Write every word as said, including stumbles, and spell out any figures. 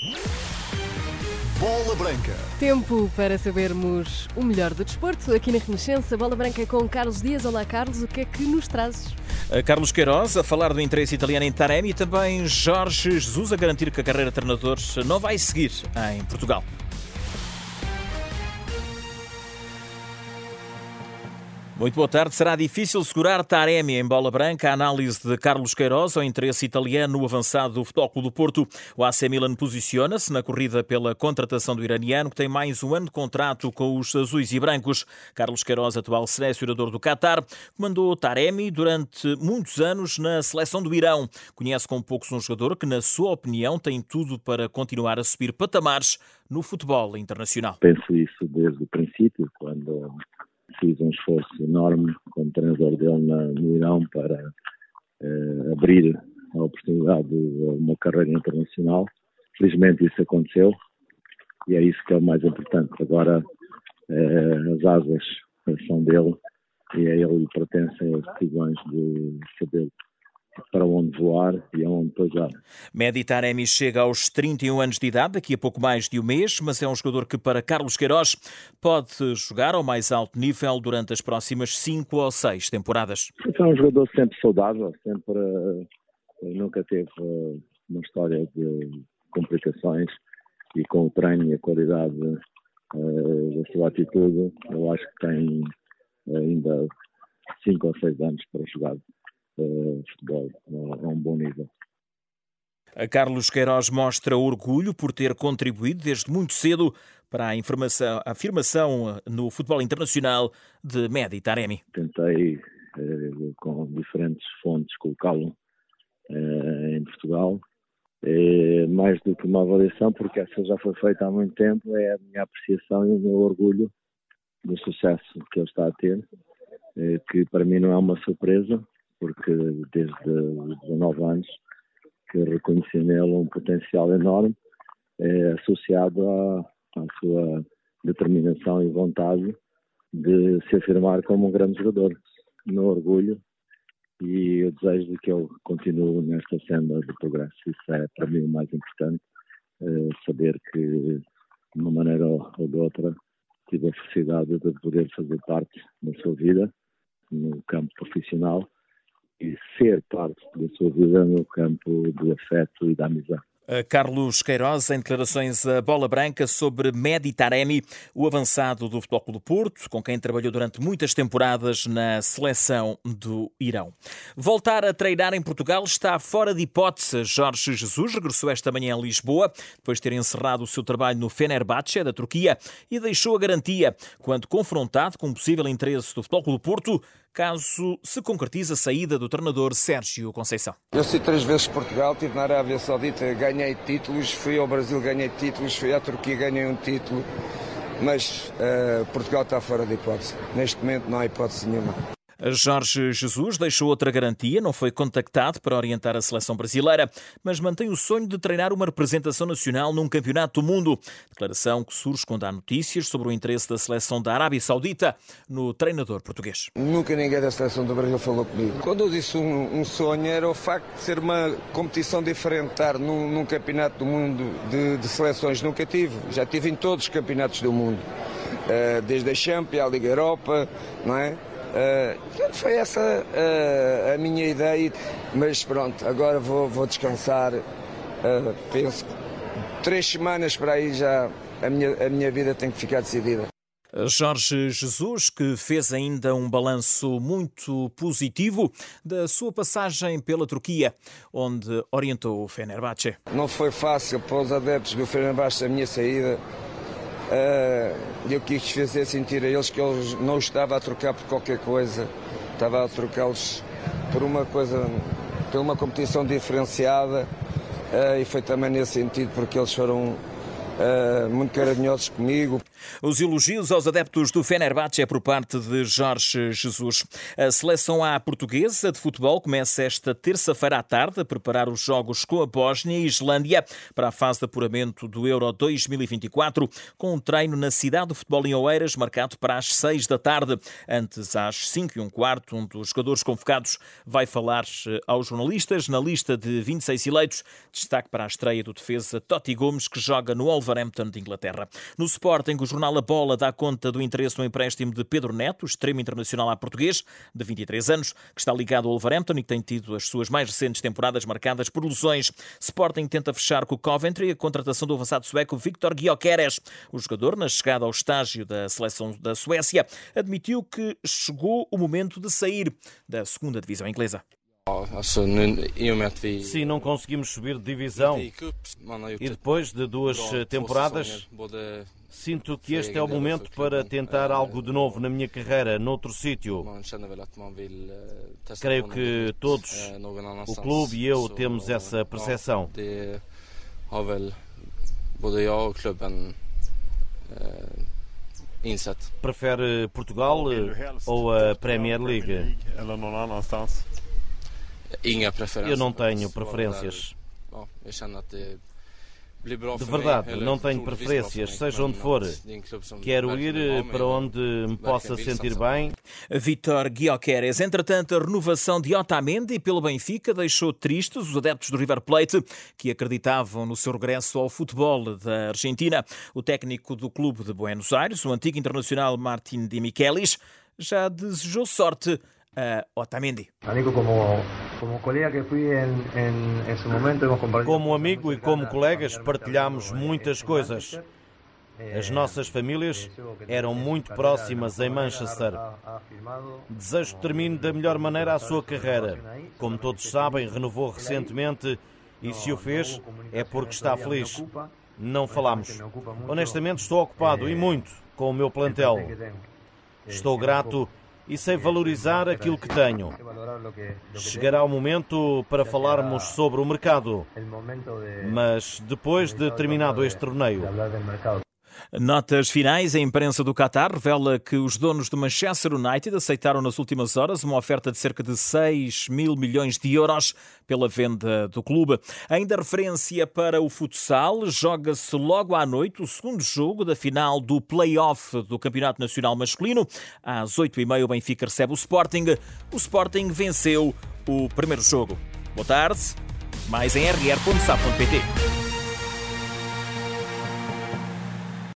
Bola Branca. Tempo para sabermos o melhor do desporto aqui na Renascença. Bola Branca com Carlos Dias. Olá, Carlos, o que é que nos trazes? Carlos Queiroz a falar do interesse italiano em Taremi e também Jorge Jesus a garantir que a carreira de treinador não vai seguir em Portugal. Muito boa tarde. Será difícil segurar Taremi em Bola Branca. A análise de Carlos Queiroz ao interesse italiano no avançado do Futebol Clube do Porto. O A C Milan posiciona-se na corrida pela contratação do iraniano, que tem mais um ano de contrato com os azuis e brancos. Carlos Queiroz, atual selecionador do Qatar, comandou Taremi durante muitos anos na seleção do Irão. Conhece com poucos um jogador que, na sua opinião, tem tudo para continuar a subir patamares no futebol internacional. Penso isso desde o princípio, quando fiz um esforço enorme como treinador dele na, no Irão para eh, abrir a oportunidade de uma carreira internacional. Felizmente isso aconteceu e é isso que é o mais importante. Agora eh, as asas são dele e a ele pertencem as decisões de saber para onde voar e aonde pousar. Mehdi Taremi chega aos trinta e um anos de idade, daqui a pouco mais de um mês, mas é um jogador que, para Carlos Queiroz, pode jogar ao mais alto nível durante as próximas cinco ou seis temporadas. É um jogador sempre saudável, sempre nunca teve uma história de complicações e com o treino e a qualidade da sua atitude, eu acho que tem ainda cinco ou seis anos para jogar futebol a um bom nível. A Carlos Queiroz mostra orgulho por ter contribuído desde muito cedo para a, informação, a afirmação no futebol internacional de Mehdi Taremi. Tentei, eh, com diferentes fontes, colocá-lo eh, em Portugal. Eh, mais do que uma avaliação, porque essa já foi feita há muito tempo, é a minha apreciação e o meu orgulho do sucesso que ele está a ter, eh, que para mim não é uma surpresa, porque desde os dezanove anos que reconheci nele um potencial enorme, é, associado à, à sua determinação e vontade de se afirmar como um grande jogador. Meu orgulho e o desejo de que ele continue nesta senda de progresso. Isso é para mim o mais importante, é, saber que de uma maneira ou de outra tive a felicidade de poder fazer parte da sua vida no campo profissional e ser parte da sua vida no campo do afeto e da amizade. Carlos Queiroz, em declarações a Bola Branca sobre Mehdi Taremi, o avançado do Futebol Clube do Porto, com quem trabalhou durante muitas temporadas na seleção do Irão. Voltar a treinar em Portugal está fora de hipótese. Jorge Jesus regressou esta manhã a Lisboa, depois de ter encerrado o seu trabalho no Fenerbahçe, da Turquia, e deixou a garantia, quando confrontado com um possível interesse do Futebol Clube do Porto, caso se concretize a saída do treinador Sérgio Conceição. Eu saí três vezes de Portugal, estive na Arábia Saudita, ganhei títulos, fui ao Brasil, ganhei títulos, fui à Turquia, ganhei um título, mas uh, Portugal está fora de hipótese. Neste momento não há hipótese nenhuma. Jorge Jesus deixou outra garantia, não foi contactado para orientar a seleção brasileira, mas mantém o sonho de treinar uma representação nacional num campeonato do mundo. Declaração que surge quando há notícias sobre o interesse da seleção da Arábia Saudita no treinador português. Nunca ninguém da seleção do Brasil falou comigo. Quando eu disse um, um sonho, era o facto de ser uma competição diferente, estar num, num campeonato do mundo de, de seleções. Nunca tive, já tive em todos os campeonatos do mundo, uh, desde a Champions, a Liga Europa, não é? Uh, foi essa uh, a minha ideia, mas pronto, agora vou, vou descansar, uh, penso que três semanas para aí já a minha, a minha vida tem que ficar decidida. Jorge Jesus, que fez ainda um balanço muito positivo da sua passagem pela Turquia, onde orientou o Fenerbahçe. Não foi fácil para os adeptos do Fenerbahçe a minha saída. Eu quis fazer sentir a eles que eu não estava a trocar por qualquer coisa, estava a trocá-los por uma coisa, por uma competição diferenciada, e foi também nesse sentido porque eles foram uh, muito carinhosos comigo. Os elogios aos adeptos do Fenerbahçe é por parte de Jorge Jesus. A seleção A portuguesa de futebol começa esta terça-feira à tarde a preparar os jogos com a Bósnia e Islândia para a fase de apuramento do Euro dois mil e vinte e quatro, com um treino na cidade do futebol em Oeiras marcado para as seis da tarde. Antes, às cinco e um quarto, um dos jogadores convocados vai falar aos jornalistas. Na lista de vinte e seis eleitos, destaque para a estreia do defesa Totti Gomes, que joga no Wolverhampton de Inglaterra. No Sporting, o jornal A Bola dá conta do interesse no empréstimo de Pedro Neto, extremo internacional a português, de vinte e três anos, que está ligado ao Wolverhampton e que tem tido as suas mais recentes temporadas marcadas por lesões. Sporting tenta fechar com o Coventry a contratação do avançado sueco Viktor Gyökeres. O jogador, na chegada ao estágio da seleção da Suécia, admitiu que chegou o momento de sair da segunda divisão inglesa. Sim, não conseguimos subir de divisão e depois de duas temporadas sinto que este é o momento para tentar algo de novo na minha carreira, noutro sítio. Creio que todos, o clube e eu, temos essa percepção. Prefere Portugal ou a Premier League? Eu não tenho preferências. De verdade, não tenho preferências, seja onde for. Quero ir para onde me possa sentir bem. Viktor Gyökeres. Entretanto, a renovação de Otamendi pelo Benfica deixou tristes os adeptos do River Plate, que acreditavam no seu regresso ao futebol da Argentina. O técnico do clube de Buenos Aires, o antigo internacional Martín de Michelis, já desejou sorte a Otamendi. Como amigo e como colegas partilhamos muitas coisas. As nossas famílias eram muito próximas em Manchester. Desejo que termine da melhor maneira a sua carreira. Como todos sabem, renovou recentemente e se o fez é porque está feliz. Não falamos. Honestamente, estou ocupado e muito com o meu plantel. Estou grato e sei valorizar aquilo que tenho. Chegará o momento para falarmos sobre o mercado, mas depois de terminado este torneio. Notas finais. A imprensa do Qatar revela que os donos do Manchester United aceitaram nas últimas horas uma oferta de cerca de seis mil milhões de euros pela venda do clube. Ainda referência para o futsal, joga-se logo à noite o segundo jogo da final do play-off do Campeonato Nacional Masculino. Às oito e meia o Benfica recebe o Sporting. O Sporting venceu o primeiro jogo. Boa tarde, mais em r r ponto s a p ponto p t.